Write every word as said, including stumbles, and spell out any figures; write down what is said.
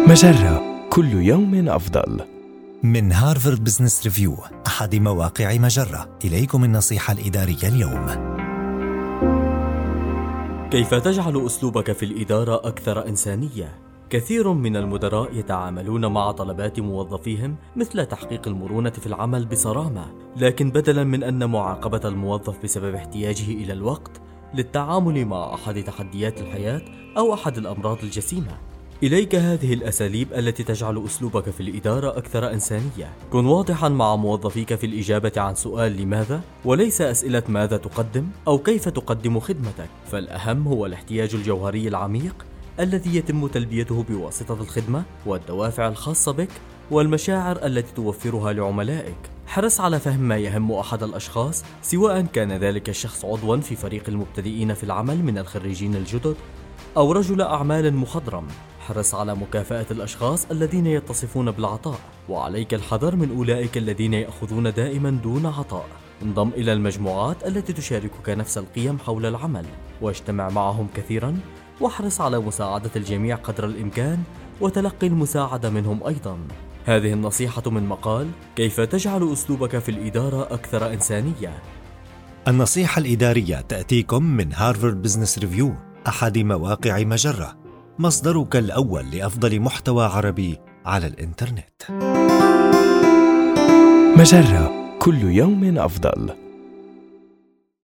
مجرة، كل يوم أفضل. من هارفارد بزنس ريفيو، أحد مواقع مجرة، إليكم النصيحة الإدارية اليوم. كيف تجعل أسلوبك في الإدارة أكثر إنسانية؟ كثير من المدراء يتعاملون مع طلبات موظفيهم مثل تحقيق المرونة في العمل بصرامة، لكن بدلا من أن معاقبة الموظف بسبب احتياجه إلى الوقت للتعامل مع أحد تحديات الحياة أو أحد الأمراض الجسيمة، إليك هذه الأساليب التي تجعل أسلوبك في الإدارة أكثر إنسانية. كن واضحا مع موظفيك في الإجابة عن سؤال لماذا، وليس أسئلة ماذا تقدم أو كيف تقدم خدمتك، فالأهم هو الاحتياج الجوهري العميق الذي يتم تلبيته بواسطة الخدمة والدوافع الخاصة بك والمشاعر التي توفرها لعملائك. حرص على فهم ما يهم أحد الأشخاص، سواء كان ذلك الشخص عضوا في فريق المبتدئين في العمل من الخريجين الجدد أو رجل أعمال مخضرم. حرص على مكافأة الأشخاص الذين يتصفون بالعطاء، وعليك الحذر من أولئك الذين يأخذون دائما دون عطاء. انضم إلى المجموعات التي تشاركك نفس القيم حول العمل، واجتمع معهم كثيرا، واحرص على مساعدة الجميع قدر الإمكان وتلقي المساعدة منهم أيضا. هذه النصيحة من مقال كيف تجعل أسلوبك في الإدارة أكثر إنسانية. النصيحة الإدارية تأتيكم من هارفارد بزنس ريفيو، أحد مواقع مجرة، مصدرك الأول لأفضل محتوى عربي على الإنترنت. مجرة، كل يوم أفضل.